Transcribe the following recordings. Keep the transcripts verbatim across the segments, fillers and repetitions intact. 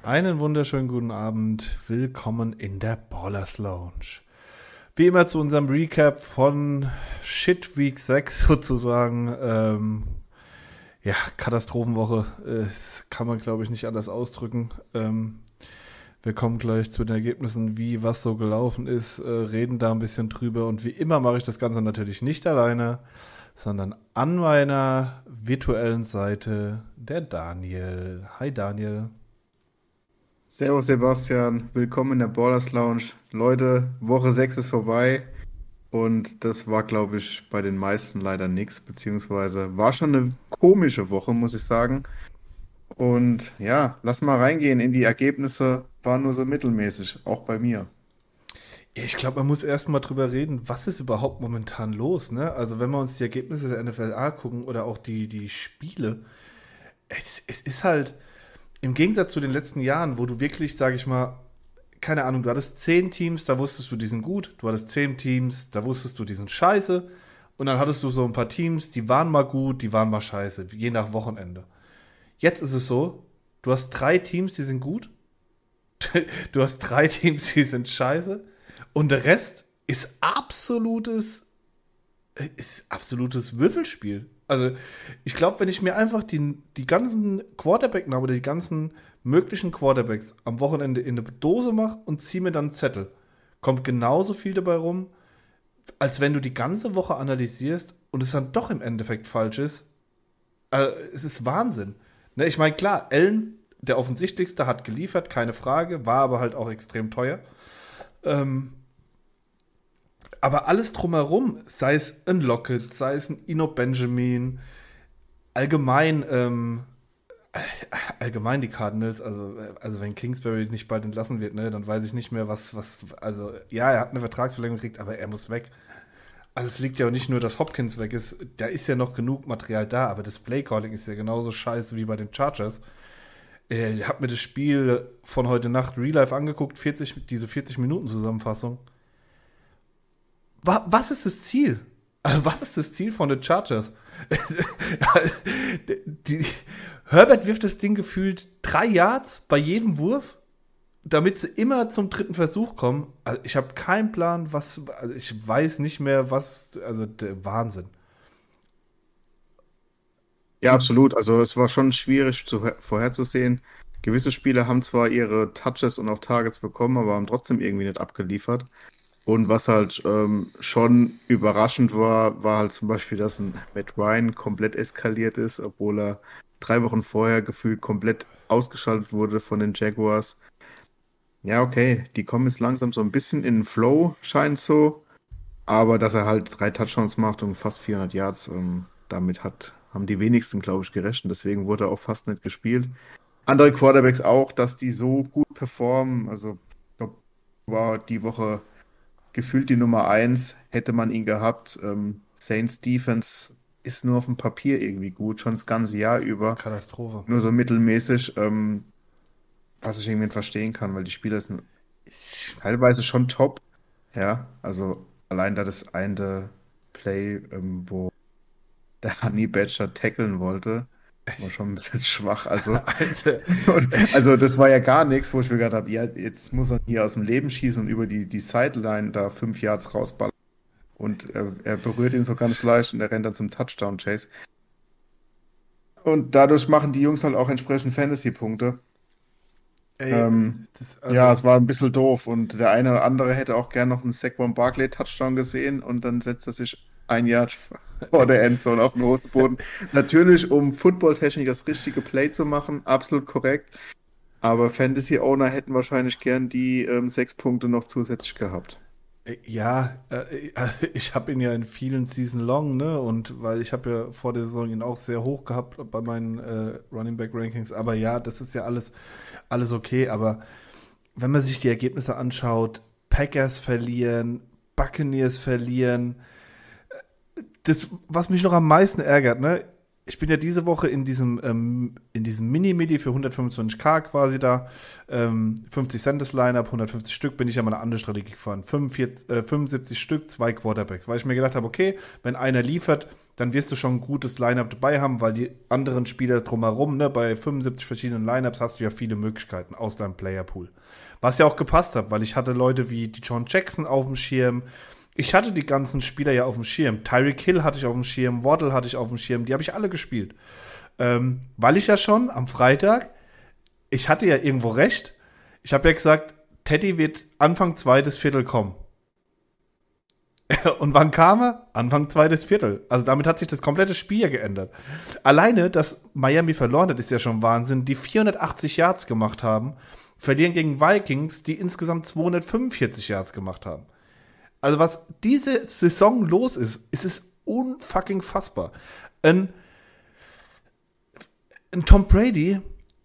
Einen wunderschönen guten Abend. Willkommen in der Ballers Lounge. Wie immer zu unserem Recap von Shit Week sechs sozusagen. Ähm, ja, Katastrophenwoche. Äh, Das kann man, glaube ich, nicht anders ausdrücken. Ähm, wir kommen gleich zu den Ergebnissen, wie was so gelaufen ist, äh, reden da ein bisschen drüber. Und wie immer mache ich das Ganze natürlich nicht alleine, sondern an meiner virtuellen Seite der Daniel. Hi Daniel. Servus Sebastian, willkommen in der Ballers Lounge. Leute, Woche sechs ist vorbei und das war, glaube ich, bei den meisten leider nichts, beziehungsweise war schon eine komische Woche, muss ich sagen. Und ja, lass mal reingehen in die Ergebnisse, waren nur so mittelmäßig, auch bei mir. Ja, ich glaube, man muss erst mal drüber reden, was ist überhaupt momentan los, ne? Also wenn wir uns die Ergebnisse der N F L angucken oder auch die, die Spiele, es, es ist halt im Gegensatz zu den letzten Jahren, wo du wirklich, sag ich mal, keine Ahnung, du hattest zehn Teams, da wusstest du, die sind gut, du hattest zehn Teams, da wusstest du, die sind scheiße, und dann hattest du so ein paar Teams, die waren mal gut, die waren mal scheiße, je nach Wochenende. Jetzt ist es so, du hast drei Teams, die sind gut, du hast drei Teams, die sind scheiße, und der Rest ist absolutes, ist absolutes Würfelspiel. Also, ich glaube, wenn ich mir einfach die, die ganzen Quarterback-Namen oder die ganzen möglichen Quarterbacks am Wochenende in eine Dose mache und ziehe mir dann einen Zettel, kommt genauso viel dabei rum, als wenn du die ganze Woche analysierst und es dann doch im Endeffekt falsch ist. Also, es ist Wahnsinn. Ne, ich meine, klar, Allen, der offensichtlichste, hat geliefert, keine Frage, war aber halt auch extrem teuer. Ähm, aber alles drumherum, sei es ein Lockett, sei es ein Ino Benjamin, allgemein, ähm, allgemein die Cardinals, also, also wenn Kingsbury nicht bald entlassen wird, ne, dann weiß ich nicht mehr, was, was, also, ja, er hat eine Vertragsverlängerung gekriegt, aber er muss weg. Also es liegt ja auch nicht nur, dass Hopkins weg ist, da ist ja noch genug Material da, aber das Playcalling ist ja genauso scheiße wie bei den Chargers. Äh, Ich habe mir das Spiel von heute Nacht Real Life angeguckt, vierzig, diese vierzig-Minuten-Zusammenfassung. Wa was ist das Ziel? Also, was ist das Ziel von den Chargers? die, Herbert wirft das Ding gefühlt drei Yards bei jedem Wurf, damit sie immer zum dritten Versuch kommen. Also ich habe keinen Plan, was, also ich weiß nicht mehr, was, also der Wahnsinn. Ja, Und absolut. Also es war schon schwierig zu, vorherzusehen. Gewisse Spieler haben zwar ihre Touches und auch Targets bekommen, aber haben trotzdem irgendwie nicht abgeliefert. Und was halt ähm, schon überraschend war, war halt zum Beispiel, dass ein Matt Ryan komplett eskaliert ist, obwohl er drei Wochen vorher gefühlt komplett ausgeschaltet wurde von den Jaguars. Ja, okay, die kommen jetzt langsam so ein bisschen in den Flow, scheint so. Aber dass er halt drei Touchdowns macht und fast vierhundert Yards, ähm, damit hat, haben die wenigsten, glaube ich, gerechnet. Deswegen wurde er auch fast nicht gespielt. Andere Quarterbacks auch, dass die so gut performen. Also, ich glaube, war die Woche gefühlt die Nummer eins, hätte man ihn gehabt. Ähm, Saints Defense ist nur auf dem Papier irgendwie gut, schon das ganze Jahr über. Katastrophe. Nur so mittelmäßig, ähm, was ich irgendwie nicht verstehen kann, weil die Spieler sind Ich, teilweise schon top. Ja, also allein da das eine Play, ähm, wo der Honey Badger tackeln wollte, war schon ein bisschen schwach. Also, Alter, und, ich, also das war ja gar nichts, wo ich mir gedacht habe, ja, jetzt muss er hier aus dem Leben schießen und über die, die Sideline da fünf Yards rausballern. Und er, er berührt ihn so ganz leicht und er rennt dann zum Touchdown-Chase. Und dadurch machen die Jungs halt auch entsprechend Fantasy-Punkte. ey, Ähm, das, ja, also, es war ein bisschen doof und der eine oder andere hätte auch gern noch einen Saquon Barkley Touchdown gesehen und dann setzt er sich ein Yard vor der Endzone auf den Hosenboden. Natürlich, um Footballtechnik das richtige Play zu machen, absolut korrekt. Aber Fantasy-Owner hätten wahrscheinlich gern die ähm, sechs Punkte noch zusätzlich gehabt. Äh, Ja, äh, also ich habe ihn ja in vielen Season Long, ne? Und weil ich habe ja vor der Saison ihn auch sehr hoch gehabt bei meinen äh, Running Back Rankings. Aber ja, das ist ja alles, alles okay. Aber wenn man sich die Ergebnisse anschaut, Packers verlieren, Buccaneers verlieren, das, was mich noch am meisten ärgert, ne? Ich bin ja diese Woche in diesem, ähm, in diesem Mini-Midi für hundertfünfundzwanzig quasi da. Ähm, fünfzig Cent das Line-Up, hundertfünfzig Stück, bin ich ja mal eine andere Strategie gefahren. fünfundvierzig, äh, fünfundsiebzig Stück, zwei Quarterbacks. Weil ich mir gedacht habe, okay, wenn einer liefert, dann wirst du schon ein gutes Line-Up dabei haben, weil die anderen Spieler drumherum, ne, bei fünfundsiebzig verschiedenen Line-Ups hast du ja viele Möglichkeiten aus deinem Player-Pool. Was ja auch gepasst hat, weil ich hatte Leute wie die John Jackson auf dem Schirm. Ich hatte die ganzen Spieler ja auf dem Schirm. Tyreek Hill hatte ich auf dem Schirm, Waddle hatte ich auf dem Schirm, die habe ich alle gespielt. Ähm, weil ich ja schon am Freitag, ich hatte ja irgendwo recht, ich habe ja gesagt, Teddy wird Anfang zweites Viertel kommen. Und wann kam er? Anfang zweites Viertel. Also damit hat sich das komplette Spiel ja geändert. Alleine, dass Miami verloren hat, ist ja schon Wahnsinn. Die vierhundertachtzig Yards gemacht haben, verlieren gegen Vikings, die insgesamt zweihundertfünfundvierzig Yards gemacht haben. Also was diese Saison los ist, ist es unfucking fassbar. Ein, ein Tom Brady,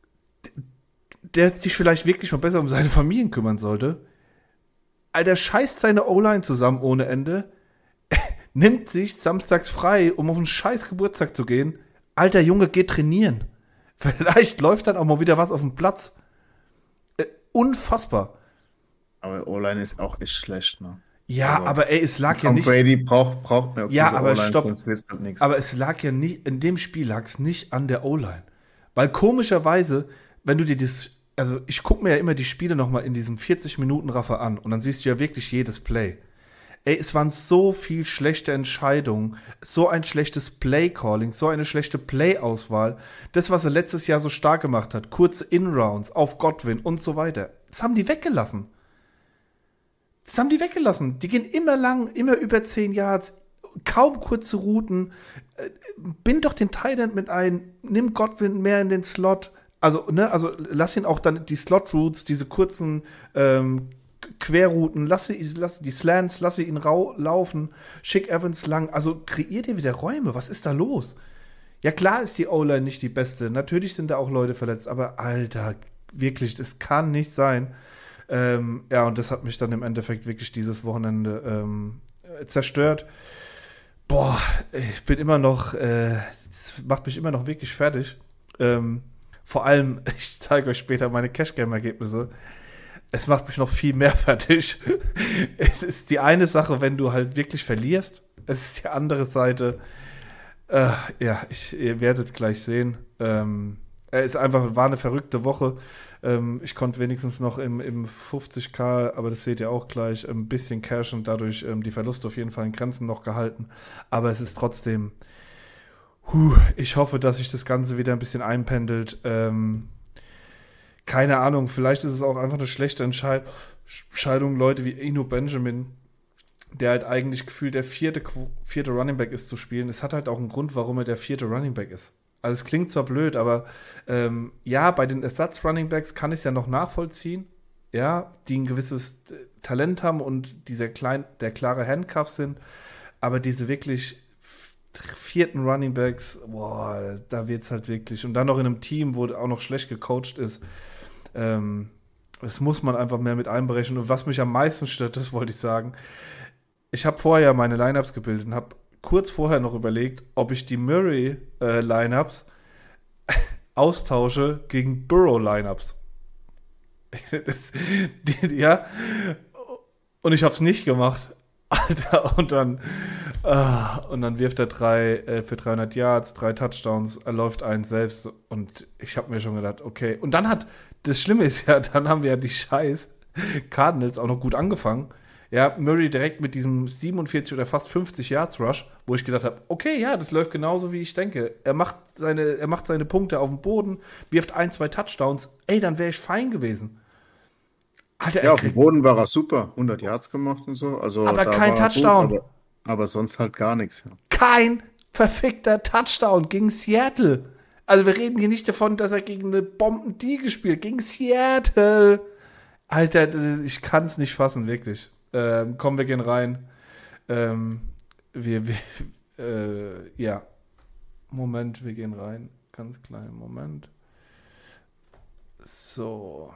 der sich vielleicht wirklich mal besser um seine Familien kümmern sollte, Alter, scheißt seine O-Line zusammen ohne Ende, nimmt sich samstags frei, um auf einen scheiß Geburtstag zu gehen. Alter Junge, geht trainieren. Vielleicht läuft dann auch mal wieder was auf dem Platz. Äh, unfassbar. Aber O-Line ist auch echt schlecht, ne? Ja, also, aber ey, es lag ja Tom nicht... Brady braucht, braucht mehr ja, aber O-Line, stopp. sonst wird's halt nichts. Aber es lag ja nicht, in dem Spiel lag es nicht an der O-Line. Weil komischerweise, wenn du dir das... Also ich gucke mir ja immer die Spiele nochmal in diesem vierzig-Minuten-Raffer an und dann siehst du ja wirklich jedes Play. Ey, es waren so viel schlechte Entscheidungen, so ein schlechtes Play-Calling, so eine schlechte Play-Auswahl. Das, was er letztes Jahr so stark gemacht hat, kurze In-Rounds auf Godwin und so weiter. Das haben die weggelassen. Das haben die weggelassen. Die gehen immer lang, immer über zehn Yards, kaum kurze Routen. Bind doch den Tight End mit ein, nimm Godwin mehr in den Slot. Also, ne, also lass ihn auch dann die Slot-Routes, diese kurzen ähm, Querrouten, lass, lass die Slants, lass ihn rau laufen, schick Evans lang, also kreier dir wieder Räume, was ist da los? Ja, klar ist die O-Line nicht die beste, natürlich sind da auch Leute verletzt, aber Alter, wirklich, das kann nicht sein. Ähm, ja, und das hat mich dann im Endeffekt wirklich dieses Wochenende ähm, zerstört. Boah, ich bin immer noch, äh, das macht mich immer noch wirklich fertig. Ähm, Vor allem, ich zeige euch später meine Cash-Game-Ergebnisse. Es macht mich noch viel mehr fertig. Es ist die eine Sache, wenn du halt wirklich verlierst. Es ist die andere Seite. Äh, ja, ich, ihr werdet es gleich sehen. Ähm, es ist einfach, war eine verrückte Woche. Ähm, ich konnte wenigstens noch im, im fünfzig K, aber das seht ihr auch gleich, ein bisschen Cash und dadurch ähm, die Verluste auf jeden Fall in Grenzen noch gehalten. Aber es ist trotzdem... Puh, ich hoffe, dass sich das Ganze wieder ein bisschen einpendelt. Ähm, keine Ahnung, vielleicht ist es auch einfach eine schlechte Entscheid- Entscheidung, Leute wie Eno Benjamin, der halt eigentlich gefühlt der vierte, vierte Running Back ist, zu spielen. Es hat halt auch einen Grund, warum er der vierte Running Back ist. Also es klingt zwar blöd, aber ähm, ja, bei den Ersatz-Running Backs kann ich es ja noch nachvollziehen, ja, die ein gewisses Talent haben und dieser klein, der klare Handcuff sind, aber diese wirklich vierten Running Backs, boah, da wird's halt wirklich. Und dann noch in einem Team, wo auch noch schlecht gecoacht ist. Ähm, das muss man einfach mehr mit einberechnen. Und was mich am meisten stört, das wollte ich sagen. Ich habe vorher meine Lineups gebildet und habe kurz vorher noch überlegt, ob ich die Murray-Lineups äh, austausche gegen Burrow-Lineups. Ja. Und ich habe es nicht gemacht. Alter, und dann, ah, und dann wirft er drei äh, für dreihundert Yards, drei Touchdowns, er läuft einen selbst und ich habe mir schon gedacht, okay. Und dann hat, das Schlimme ist ja, dann haben wir ja die scheiß Cardinals auch noch gut angefangen. Ja, Murray direkt mit diesem siebenundvierzig oder fast fünfzig Yards Rush, wo ich gedacht habe, okay, ja, das läuft genauso, wie ich denke. Er macht seine, er macht seine Punkte auf dem Boden, wirft ein, zwei Touchdowns, ey, dann wäre ich fein gewesen. Alter, ja, auf dem Boden war er super. hundert Yards gemacht und so. Also, aber kein Touchdown. Gut, aber, aber sonst halt gar nichts. Ja. Kein verfickter Touchdown gegen Seattle. Also wir reden hier nicht davon, dass er gegen eine Bomben-D gespielt. Gegen Seattle. Alter, ich kann es nicht fassen, wirklich. Ähm, komm, wir gehen rein. Ähm, wir, wir äh, ja. Moment, wir gehen rein. Ganz kleinen Moment. So.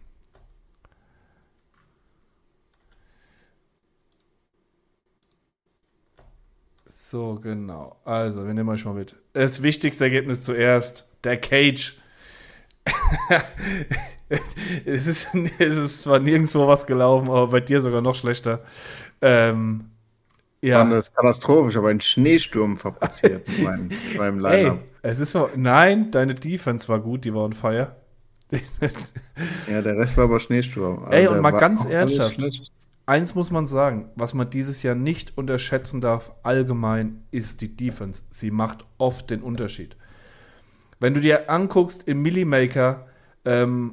So, genau. Also, wir nehmen euch mal mit. Das wichtigste Ergebnis zuerst. Der Cage. es, ist, es ist zwar nirgendwo was gelaufen, aber bei dir sogar noch schlechter. Ähm, fand Ja, das katastrophisch, aber einen Schneesturm fabriziert mit meinem, mit meinem ey, Line-Up. es ist so, nein, deine Defense war gut, die war on fire. Ja, der Rest war aber Schneesturm. Ey, Also und der mal war ganz auch alles ernsthaft, schlecht. eins muss man sagen, was man dieses Jahr nicht unterschätzen darf, allgemein, ist die Defense. Sie macht oft den Unterschied. Wenn du dir anguckst, im Millimaker ähm,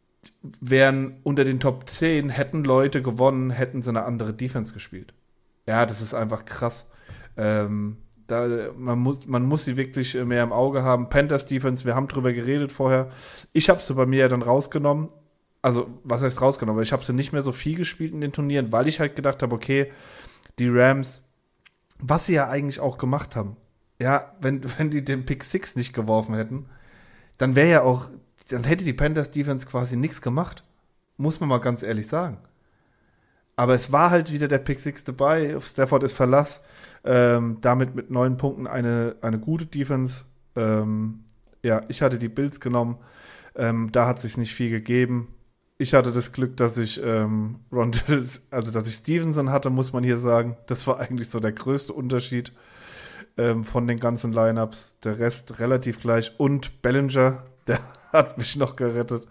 wären unter den Top zehn, hätten Leute gewonnen, hätten sie eine andere Defense gespielt. Ja, das ist einfach krass. Ähm, da, man, muss, man muss sie wirklich mehr im Auge haben. Panthers Defense, wir haben drüber geredet vorher. Ich habe sie bei mir ja dann rausgenommen. Also, was heißt rausgenommen? Ich habe sie nicht mehr so viel gespielt in den Turnieren, weil ich halt gedacht habe, okay, die Rams, was sie ja eigentlich auch gemacht haben, ja, wenn, wenn die den Pick six nicht geworfen hätten, dann wäre ja auch, dann hätte die Panthers Defense quasi nichts gemacht. Muss man mal ganz ehrlich sagen. Aber es war halt wieder der Pick six dabei. Stafford ist Verlass. Ähm, damit mit neun Punkten eine, eine gute Defense. Ähm, ja, ich hatte die Bills genommen. Ähm, da hat sich nicht viel gegeben. Ich hatte das Glück, dass ich ähm, Rondell, also dass ich Stevenson hatte, muss man hier sagen. Das war eigentlich so der größte Unterschied ähm, von den ganzen Lineups. Der Rest relativ gleich. Und Bellinger, der hat mich noch gerettet.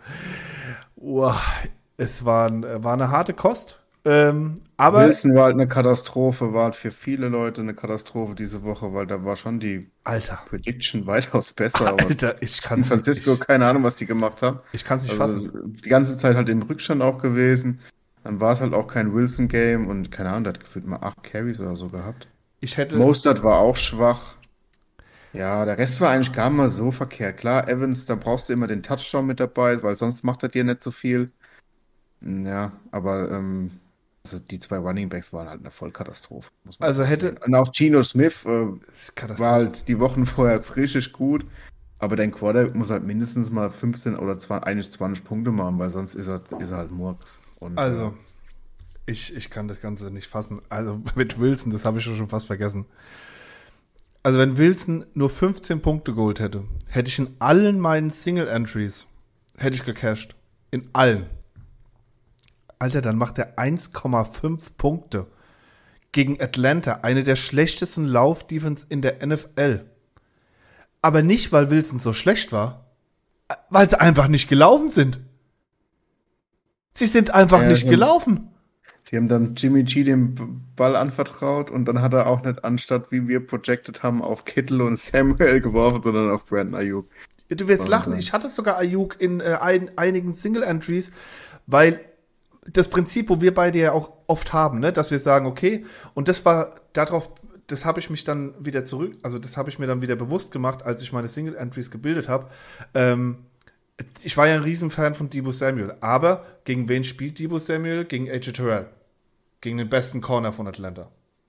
Uah, es war, war eine harte Kost. Ähm, aber, Wilson war halt eine Katastrophe, war halt für viele Leute eine Katastrophe diese Woche, weil da war schon die Alter, Prediction weitaus besser. Aber Alter, ich San kann's nicht, Francisco, ich, keine Ahnung, was die gemacht haben. ich kann's nicht Also fassen. die ganze Zeit halt im Rückstand auch gewesen. Dann war es halt auch kein Wilson-Game und keine Ahnung, der hat gefühlt mal acht Carries oder so gehabt. Ich hätte, Mostert war auch schwach. Ja, der Rest war eigentlich gar nicht mal so verkehrt. Klar, Evans, da brauchst du immer den Touchdown mit dabei, weil sonst macht er dir nicht so viel. Ja, aber ähm, also die zwei Running Backs waren halt eine Vollkatastrophe, muss man also einfach sehen. hätte, Und auch Geno Smith äh, das ist war Katastrophe. halt die Wochen vorher frisch gut, aber dein Quarterback muss halt mindestens mal fünfzehn oder zwanzig, eigentlich zwanzig Punkte machen, weil sonst ist er, ist er halt Murks. Und äh, Also, ich, ich kann das Ganze nicht fassen. Also mit Wilson, das habe ich schon fast vergessen. Also wenn Wilson nur fünfzehn Punkte geholt hätte, hätte ich in allen meinen Single Entries, hätte ich gecasht. In allen. Alter, dann macht er eins Komma fünf Punkte gegen Atlanta, eine der schlechtesten Lauf-Defense in der N F L. Aber nicht, weil Wilson so schlecht war, weil sie einfach nicht gelaufen sind. Sie sind einfach ja, nicht sie haben, gelaufen. sie haben dann Jimmy G den B- Ball anvertraut und dann hat er auch nicht anstatt, wie wir projected haben, auf Kittle und Samuel geworfen, sondern auf Brandon Ayuk. Du wirst lachen, Und, äh, ich hatte sogar Ayuk in äh, ein, einigen Single-Entries, weil das Prinzip, wo wir beide ja auch oft haben, ne, dass wir sagen, okay, und das war darauf, das habe ich mich dann wieder zurück, also das habe ich mir dann wieder bewusst gemacht, als ich meine Single-Entries gebildet habe. Ähm, ich war ja ein Riesenfan von Deebo Samuel, aber gegen wen spielt Deebo Samuel? Gegen A J Terrell. Gegen den besten Corner von Atlanta.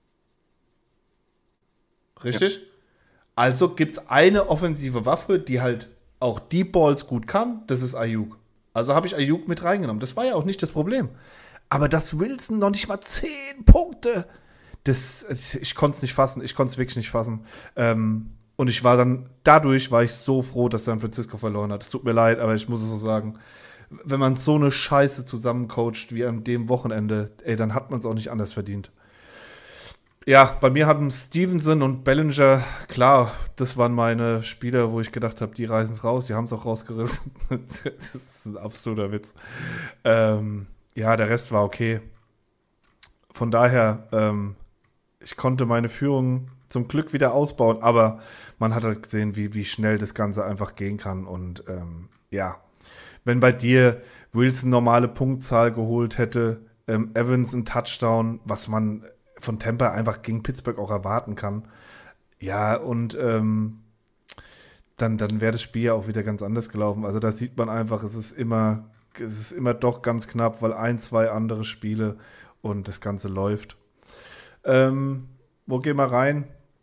ja. Richtig? Also gibt es eine offensive Waffe, die halt auch Deep Balls gut kann, das ist Ayuk. Also habe ich Ayuk mit reingenommen. Das war ja auch nicht das Problem. Aber dass Wilson noch nicht mal zehn Punkte, das, ich, ich konnte es nicht fassen. Ich konnte es wirklich nicht fassen. Ähm, und ich war dann, dadurch war ich so froh, dass San Francisco verloren hat. Es tut mir leid, aber ich muss es so sagen. Wenn man so eine Scheiße zusammencoacht wie an dem Wochenende, ey, dann hat man es auch nicht anders verdient. Ja, bei mir haben Stevenson und Bellinger, klar, das waren meine Spieler, wo ich gedacht habe, die reißen es raus, die haben es auch rausgerissen. Das ist ein absoluter Witz. Ähm, ja, der Rest war okay. Von daher, ähm, ich konnte meine Führung zum Glück wieder ausbauen, aber man hat halt gesehen, wie, wie schnell das Ganze einfach gehen kann. Und ähm, ja, wenn bei dir Wilson normale Punktzahl geholt hätte, ähm, Evans ein Touchdown, was man von Tampa einfach gegen Pittsburgh auch erwarten kann. Ja, und ähm, dann, dann wäre das Spiel ja auch wieder ganz anders gelaufen. Also da sieht man einfach, es ist immer, es ist immer doch ganz knapp, weil ein, zwei andere Spiele und das Ganze läuft. Ähm, wo gehen wir rein?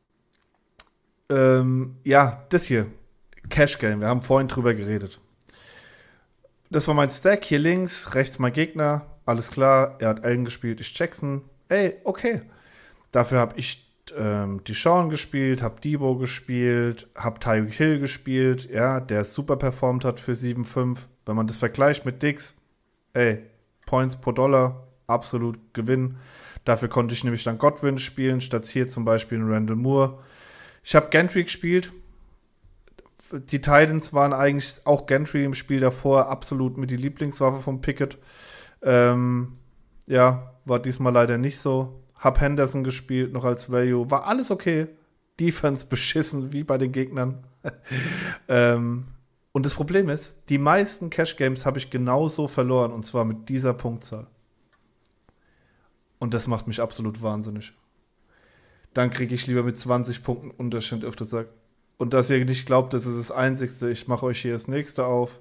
Ähm, ja, das hier. Cash Game, wir haben vorhin drüber geredet. Das war mein Stack, hier links, rechts mein Gegner. Alles klar, er hat Allen gespielt, ich Jackson. Ey, okay. Dafür habe ich ähm, Deshaun gespielt, habe Debo gespielt, habe Tyreek Hill gespielt, ja, der super performt hat für sieben fünf. Wenn man das vergleicht mit Dix, ey, Points pro Dollar, absolut Gewinn. Dafür konnte ich nämlich dann Godwin spielen, statt hier zum Beispiel einen Randall Moore. Ich habe Gantry gespielt. Die Titans waren eigentlich auch Gantry im Spiel davor absolut mit die Lieblingswaffe von Pickett. Ähm, ja, war diesmal leider nicht so. Hab Henderson gespielt, noch als Value. War alles okay. Defense beschissen, wie bei den Gegnern. ähm, und das Problem ist, die meisten Cash-Games habe ich genauso verloren, und zwar mit dieser Punktzahl. Und das macht mich absolut wahnsinnig. Dann kriege ich lieber mit zwanzig Punkten Unterschied öfter sagt. Und dass ihr nicht glaubt, das ist das Einzigste. Ich mache euch hier das nächste auf.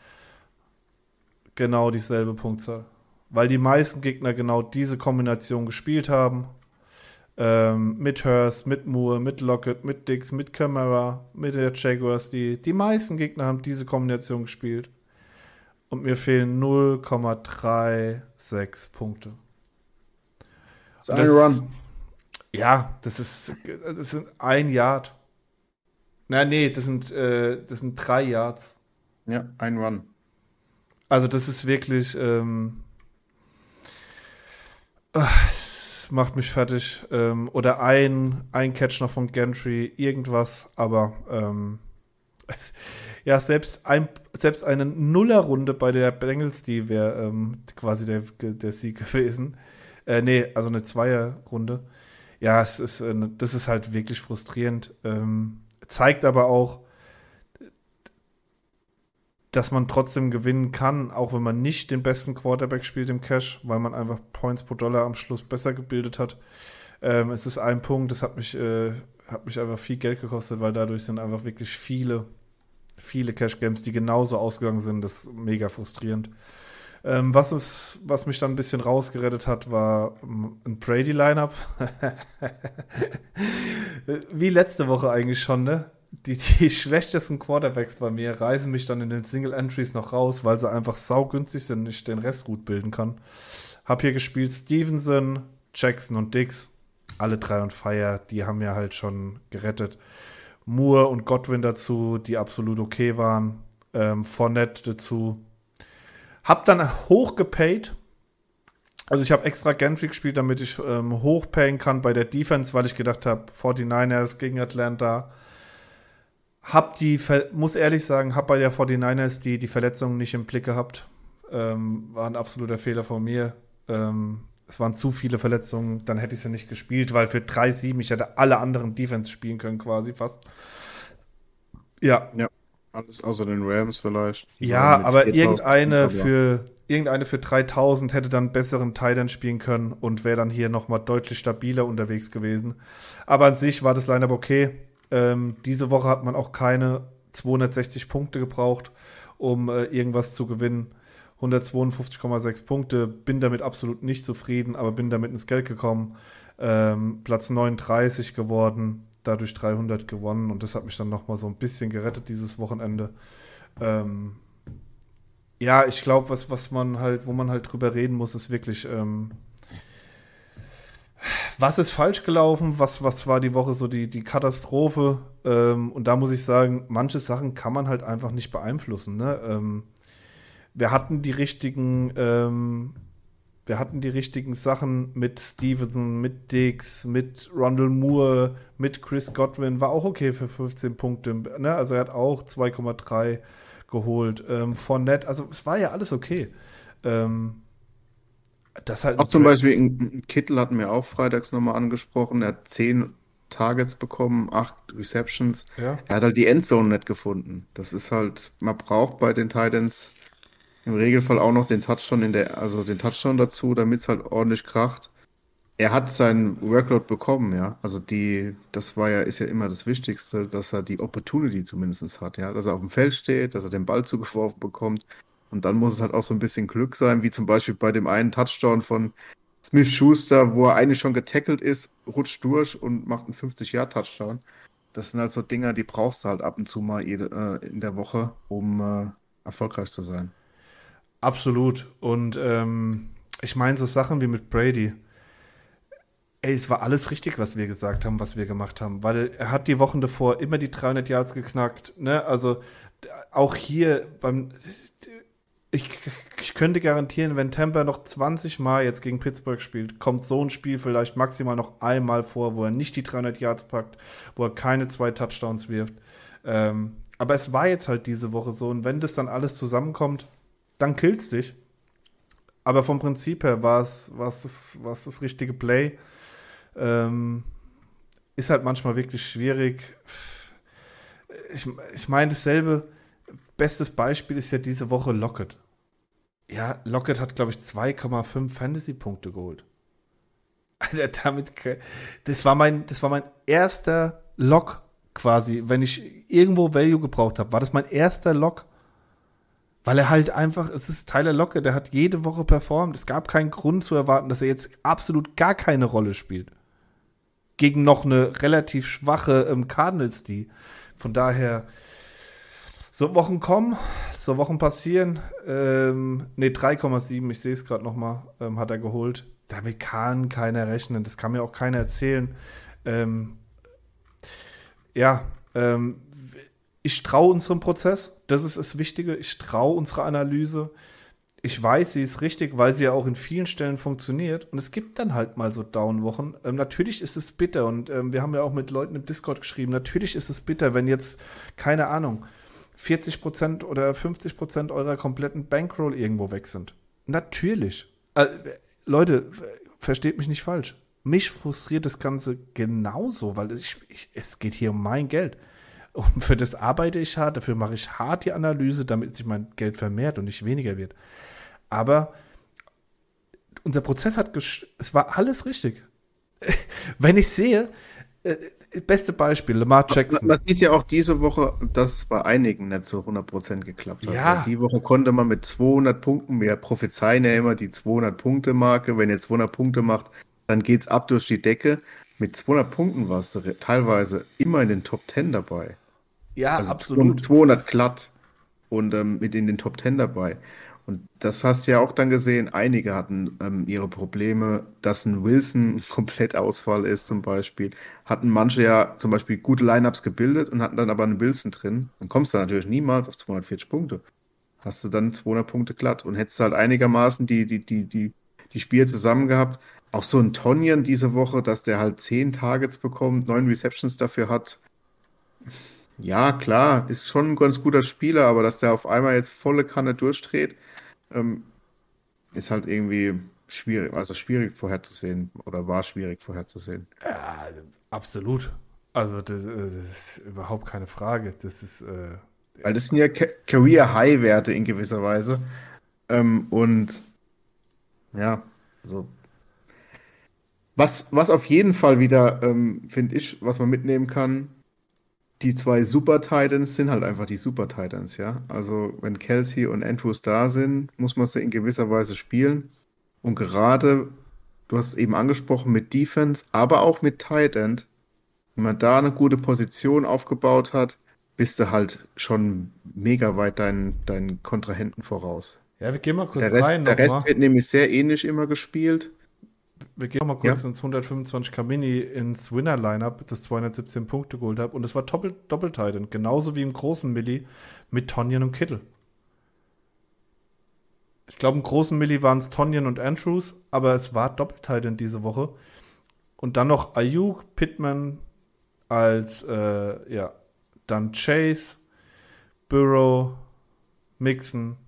Genau dieselbe Punktzahl. Weil die meisten Gegner genau diese Kombination gespielt haben. Ähm, mit Hurst, mit Moore, mit Lockett, mit Dix, mit Kamara, mit der Jaguars. Die, die meisten Gegner haben diese Kombination gespielt. Und mir fehlen null Komma sechsunddreißig Punkte. Das ist ein Run. Ja, das ist, das ist ein Yard. Na, nee, das sind, äh, das sind drei Yards. Ja, ein Run. Also das ist wirklich, ähm, es macht mich fertig. Ähm, oder ein, ein Catch noch von Gantry, irgendwas, aber ähm, ja, selbst, ein, selbst eine Nuller-Runde bei der Bengals, die wäre ähm, quasi der, der Sieg gewesen. Äh, nee, also eine Zweier-Runde. Ja, es ist, äh, das ist halt wirklich frustrierend. Ähm, zeigt aber auch, dass man trotzdem gewinnen kann, auch wenn man nicht den besten Quarterback spielt im Cash, weil man einfach Points pro Dollar am Schluss besser gebildet hat. Ähm, es ist ein Punkt, das hat mich, äh, hat mich einfach viel Geld gekostet, weil dadurch sind einfach wirklich viele, viele Cash-Games, die genauso ausgegangen sind. Das ist mega frustrierend. Ähm, was, ist, was mich dann ein bisschen rausgerettet hat, war ähm, ein Brady-Lineup. Wie letzte Woche eigentlich schon, ne? Die, die schlechtesten Quarterbacks bei mir reißen mich dann in den Single-Entries noch raus, weil sie einfach saugünstig sind und ich den Rest gut bilden kann. Hab hier gespielt Stevenson, Jackson und Dix. Alle drei on fire, die haben mir halt schon gerettet. Moore und Godwin dazu, die absolut okay waren. Ähm, Fournette dazu. Hab dann hochgepaid. Also ich habe extra Gantry gespielt, damit ich ähm, hochpayen kann bei der Defense, weil ich gedacht habe, forty-niners gegen Atlanta. Hab die, muss ehrlich sagen, hab bei der forty-niners die, die Verletzungen nicht im Blick gehabt. Ähm, war ein absoluter Fehler von mir. Ähm, es waren zu viele Verletzungen, dann hätte ich sie nicht gespielt, weil für drei sieben, ich hätte alle anderen Defense spielen können quasi fast. Ja. Ja, alles außer den Rams vielleicht. Die Ja, aber irgendeine für, irgendeine für dreitausend hätte dann besseren Tight spielen können und wäre dann hier nochmal deutlich stabiler unterwegs gewesen. Aber an sich war das Line-Up okay. Ähm, diese Woche hat man auch keine zweihundertsechzig Punkte gebraucht, um äh, irgendwas zu gewinnen. hundertzweiundfünfzig Komma sechs Punkte, bin damit absolut nicht zufrieden, aber bin damit ins Geld gekommen. Ähm, Platz neununddreißig geworden, dadurch dreihundert gewonnen und das hat mich dann nochmal so ein bisschen gerettet dieses Wochenende. Ähm, ja, ich glaube, was, was man halt, wo man halt drüber reden muss, ist wirklich, ähm, was ist falsch gelaufen? Was, was war die Woche so die, die Katastrophe? Ähm, und da muss ich sagen, manche Sachen kann man halt einfach nicht beeinflussen. Ne? Ähm, wir hatten die richtigen, ähm, wir hatten die richtigen Sachen mit Stevenson, mit Dix, mit Rondell Moore, mit Chris Godwin. War auch okay für fünfzehn Punkte. Ne? Also er hat auch zwei Komma drei geholt. Ähm, Fournette, also es war ja alles okay. Ähm, Das halt auch zum Beispiel in Kittel hatten wir auch freitags nochmal angesprochen. Er hat zehn Targets bekommen, acht Receptions. Ja. Er hat halt die Endzone nicht gefunden. Das ist halt, man braucht bei den Titans im Regelfall auch noch den Touchdown in der, also den Touchdown dazu, damit es halt ordentlich kracht. Er hat seinen Workload bekommen, ja. Also die, das war ja, ist ja immer das Wichtigste, dass er die Opportunity zumindest hat, ja. Dass er auf dem Feld steht, dass er den Ball zugeworfen bekommt. Und dann muss es halt auch so ein bisschen Glück sein, wie zum Beispiel bei dem einen Touchdown von Smith-Schuster, wo er eigentlich schon getackelt ist, rutscht durch und macht einen fünfzig-Yard-Touchdown. Das sind halt so Dinger, die brauchst du halt ab und zu mal jede, äh, in der Woche, um äh, erfolgreich zu sein. Absolut. Und ähm, ich meine, so Sachen wie mit Brady. Ey, es war alles richtig, was wir gesagt haben, was wir gemacht haben. Weil er hat die Wochen davor immer die dreihundert Yards geknackt. Ne? Also auch hier beim... ich, ich könnte garantieren, wenn Tampa noch zwanzig Mal jetzt gegen Pittsburgh spielt, kommt so ein Spiel vielleicht maximal noch einmal vor, wo er nicht die dreihundert Yards packt, wo er keine zwei Touchdowns wirft. Ähm, aber es war jetzt halt diese Woche so. Und wenn das dann alles zusammenkommt, dann killt's dich. Aber vom Prinzip her war es das, war's das richtige Play. Ähm, ist halt manchmal wirklich schwierig. Ich, ich meine, dasselbe, bestes Beispiel ist ja diese Woche Lockett. Ja, Lockett hat, glaube ich, zwei Komma fünf Fantasy-Punkte geholt. Alter, damit, das war mein, das war mein erster Lock quasi. Wenn ich irgendwo Value gebraucht habe, war das mein erster Lock. Weil er halt einfach, es ist Tyler Lockett, der hat jede Woche performt. Es gab keinen Grund zu erwarten, dass er jetzt absolut gar keine Rolle spielt. Gegen noch eine relativ schwache ähm, Cardinals, die. Von daher, so Wochen kommen, so Wochen passieren. Ähm, ne, drei Komma sieben, ich sehe es gerade nochmal, ähm, hat er geholt. Damit kann keiner rechnen, das kann mir auch keiner erzählen. Ähm, ja, ähm, ich traue unserem Prozess, das ist das Wichtige. Ich traue unserer Analyse. Ich weiß, sie ist richtig, weil sie ja auch in vielen Stellen funktioniert. Und es gibt dann halt mal so Down-Wochen. Ähm, natürlich ist es bitter. Und ähm, wir haben ja auch mit Leuten im Discord geschrieben, natürlich ist es bitter, wenn jetzt, keine Ahnung, vierzig Prozent oder fünfzig Prozent eurer kompletten Bankroll irgendwo weg sind. Natürlich. Äh, Leute, versteht mich nicht falsch. Mich frustriert das Ganze genauso, weil ich, ich, es geht hier um mein Geld. Und für das arbeite ich hart, dafür mache ich hart die Analyse, damit sich mein Geld vermehrt und nicht weniger wird. Aber unser Prozess hat, gesch- es war alles richtig. Wenn ich sehe, äh, beste Beispiel, Lamar Jackson. Man sieht ja auch diese Woche, dass es bei einigen nicht so hundert Prozent geklappt hat. Ja. Weil die Woche konnte man mit zweihundert Punkten, wir prophezeien ja immer die zweihundert-Punkte-Marke, wenn ihr zweihundert Punkte macht, dann geht es ab durch die Decke. Mit zweihundert Punkten warst du teilweise immer in den Top zehn dabei. Ja, also absolut. zweihundert glatt und ähm, mit in den Top zehn dabei. Und das hast du ja auch dann gesehen, einige hatten ähm, ihre Probleme, dass ein Wilson komplett Ausfall ist zum Beispiel. Hatten manche ja zum Beispiel gute Lineups gebildet und hatten dann aber einen Wilson drin. Dann kommst du natürlich niemals auf zweihundertvierzig Punkte. Hast du dann zweihundert Punkte glatt und hättest halt einigermaßen die, die, die, die, die Spiele zusammen gehabt. Auch so ein Tonyan diese Woche, dass der halt zehn Targets bekommt, neun Receptions dafür hat. Ja, klar, ist schon ein ganz guter Spieler, aber dass der auf einmal jetzt volle Kanne durchdreht, ähm, ist halt irgendwie schwierig, also schwierig vorherzusehen oder war schwierig vorherzusehen. Ja, absolut. Also das, das ist überhaupt keine Frage. Das ist äh, Weil das sind ja Ca- Career-High-Werte in gewisser Weise. Ähm, und ja, so. Was, was auf jeden Fall wieder, ähm, finde ich, was man mitnehmen kann, die zwei Super-Titans sind halt einfach die Super-Titans, ja. Also, wenn Kelsey und Andrews da sind, muss man sie in gewisser Weise spielen. Und gerade, du hast es eben angesprochen, mit Defense, aber auch mit Tight End, wenn man da eine gute Position aufgebaut hat, bist du halt schon mega weit deinen, deinen Kontrahenten voraus. ja, wir gehen mal kurz Der Rest, rein der Rest nochmal. wird nämlich sehr ähnlich immer gespielt. Wir gehen noch mal kurz Ja. ins hundertfünfundzwanzig Kamini ins Winner-Lineup, das zweihundertsiebzehn Punkte geholt hat. Und es war doppelt, Doppeltitan, genauso wie im großen Milli mit Tonyan und Kittle. Ich glaube, im großen Milli waren es Tonyan und Andrews, aber es war Doppeltitan diese Woche. Und dann noch Ayuk, Pittman als, äh, ja, dann Chase, Burrow, Mixon.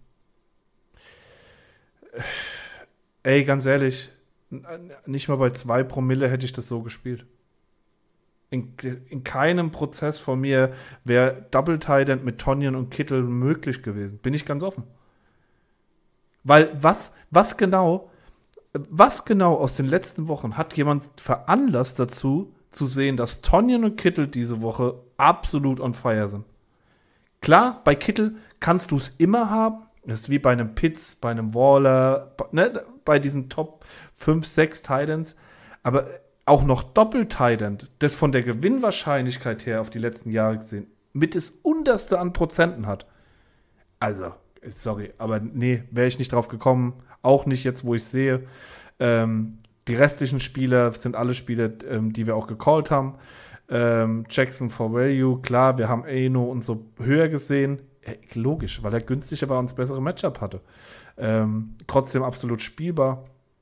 Ey, ganz ehrlich, nicht mal bei zwei Promille hätte ich das so gespielt. In, in keinem Prozess von mir wäre Double Tight End mit Tonyan und Kittle möglich gewesen. Bin ich ganz offen. Weil was, was genau, was genau aus den letzten Wochen hat jemand veranlasst dazu, zu sehen, dass Tonyan und Kittle diese Woche absolut on fire sind? Klar, bei Kittle kannst du es immer haben. Das ist wie bei einem Pitts, bei einem Waller, ne, bei diesen Top fünf, sechs Titans. Aber auch noch Doppel-Titan, das von der Gewinnwahrscheinlichkeit her auf die letzten Jahre gesehen mit das unterste an Prozenten hat. Also, sorry, aber nee, wäre ich nicht drauf gekommen. Auch nicht jetzt, wo ich sehe. Ähm, die restlichen Spieler sind alle Spieler, ähm, die wir auch gecallt haben. Ähm, Jackson for Value, klar, wir haben Eno und so höher gesehen. äh, logisch, weil er günstiger war und das bessere Matchup hatte. Ähm, trotzdem absolut spielbar.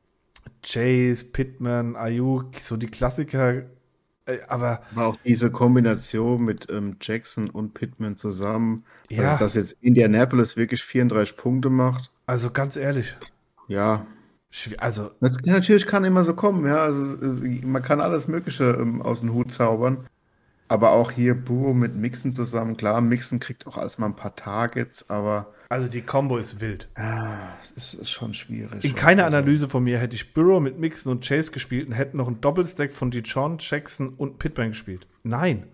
Chase, Pittman, Ayuk, so die Klassiker, äh, aber Aber auch diese Kombination mit ähm, Jackson und Pittman zusammen, also ja, dass jetzt Indianapolis wirklich vierunddreißig Punkte macht, also ganz ehrlich, ja, schw- also das, natürlich kann immer so kommen, ja, also äh, man kann alles Mögliche ähm, aus dem Hut zaubern, aber auch hier Burrow mit Mixon zusammen, klar, Mixon kriegt auch erstmal ein paar Targets, aber Also die Combo ist wild. ja, es ist schon schwierig. In keiner Also, Analyse von mir hätte ich Burrow mit Mixon und Chase gespielt und hätte noch einen Doppelstack von DeJohn, Jackson und Pittman gespielt. Nein.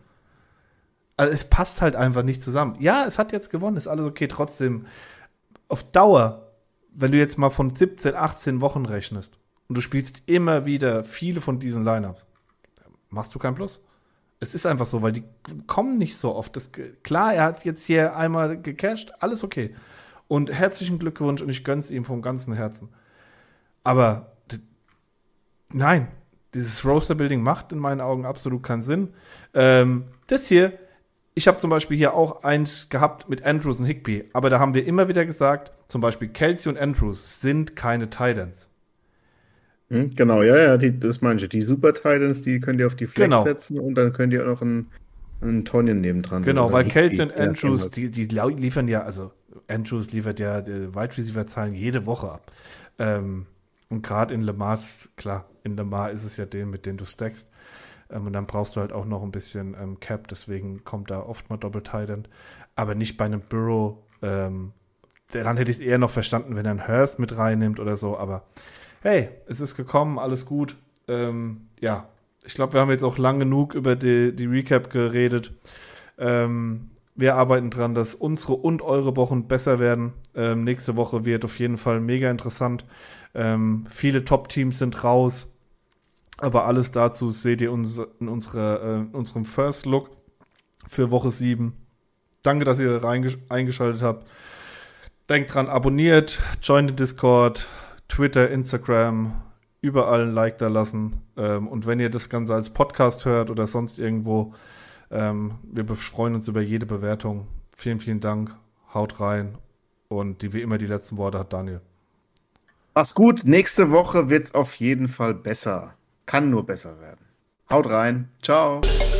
Also es passt halt einfach nicht zusammen. Ja, es hat jetzt gewonnen, ist alles okay. Trotzdem, auf Dauer, wenn du jetzt mal von siebzehn, achtzehn Wochen rechnest und du spielst immer wieder viele von diesen Lineups, machst du keinen Plus. Es ist einfach so, weil die kommen nicht so oft. Das, klar, er hat jetzt hier einmal gecasht, alles okay. Und herzlichen Glückwunsch und ich gönn's ihm vom ganzen Herzen. Aber d- nein, dieses Roster-Building macht in meinen Augen absolut keinen Sinn. Ähm, das hier, ich habe zum Beispiel hier auch eins gehabt mit Andrews und Higbee, aber da haben wir immer wieder gesagt, zum Beispiel Kelsey und Andrews sind keine Titans. hm, genau, ja, ja, die, das meine ich. Die Super Titans, die könnt ihr auf die Flex Genau. setzen und dann könnt ihr auch noch einen, einen Tonyan nebendran setzen. Genau, Oder weil Higbee, Kelsey und je nachdem Andrews, halt. die, die lau- liefern ja, also Andrews liefert ja die Wide Receiver-Zahlen jede Woche ab. Ähm, und gerade in Lamar, klar, in Lamar ist es ja den, mit dem du stackst. Ähm, und dann brauchst du halt auch noch ein bisschen ähm, Cap, deswegen kommt da oft mal Doppel-Tight-End. Aber nicht bei einem Burrow. Ähm, dann hätte ich es eher noch verstanden, wenn er einen Hurst mit reinnimmt oder so. Aber hey, es ist gekommen, alles gut. Ähm, ja, ich glaube, wir haben jetzt auch lang genug über die, die Recap geredet. Ähm, wir arbeiten dran, dass unsere und eure Wochen besser werden. Ähm, nächste Woche wird auf jeden Fall mega interessant. Ähm, viele Top-Teams sind raus. Aber alles dazu seht ihr uns in, unsere, äh, in unserem First Look für Woche sieben. Danke, dass ihr reingesch- eingeschaltet habt. Denkt dran, abonniert, join den Discord, Twitter, Instagram, überall ein Like da lassen. Ähm, und wenn ihr das Ganze als Podcast hört oder sonst irgendwo, ähm, wir freuen uns über jede Bewertung. Vielen, vielen Dank. Haut rein. Und die wie immer die letzten Worte hat Daniel. Mach's gut, nächste Woche wird's auf jeden Fall besser. Kann nur besser werden. Haut rein. Ciao.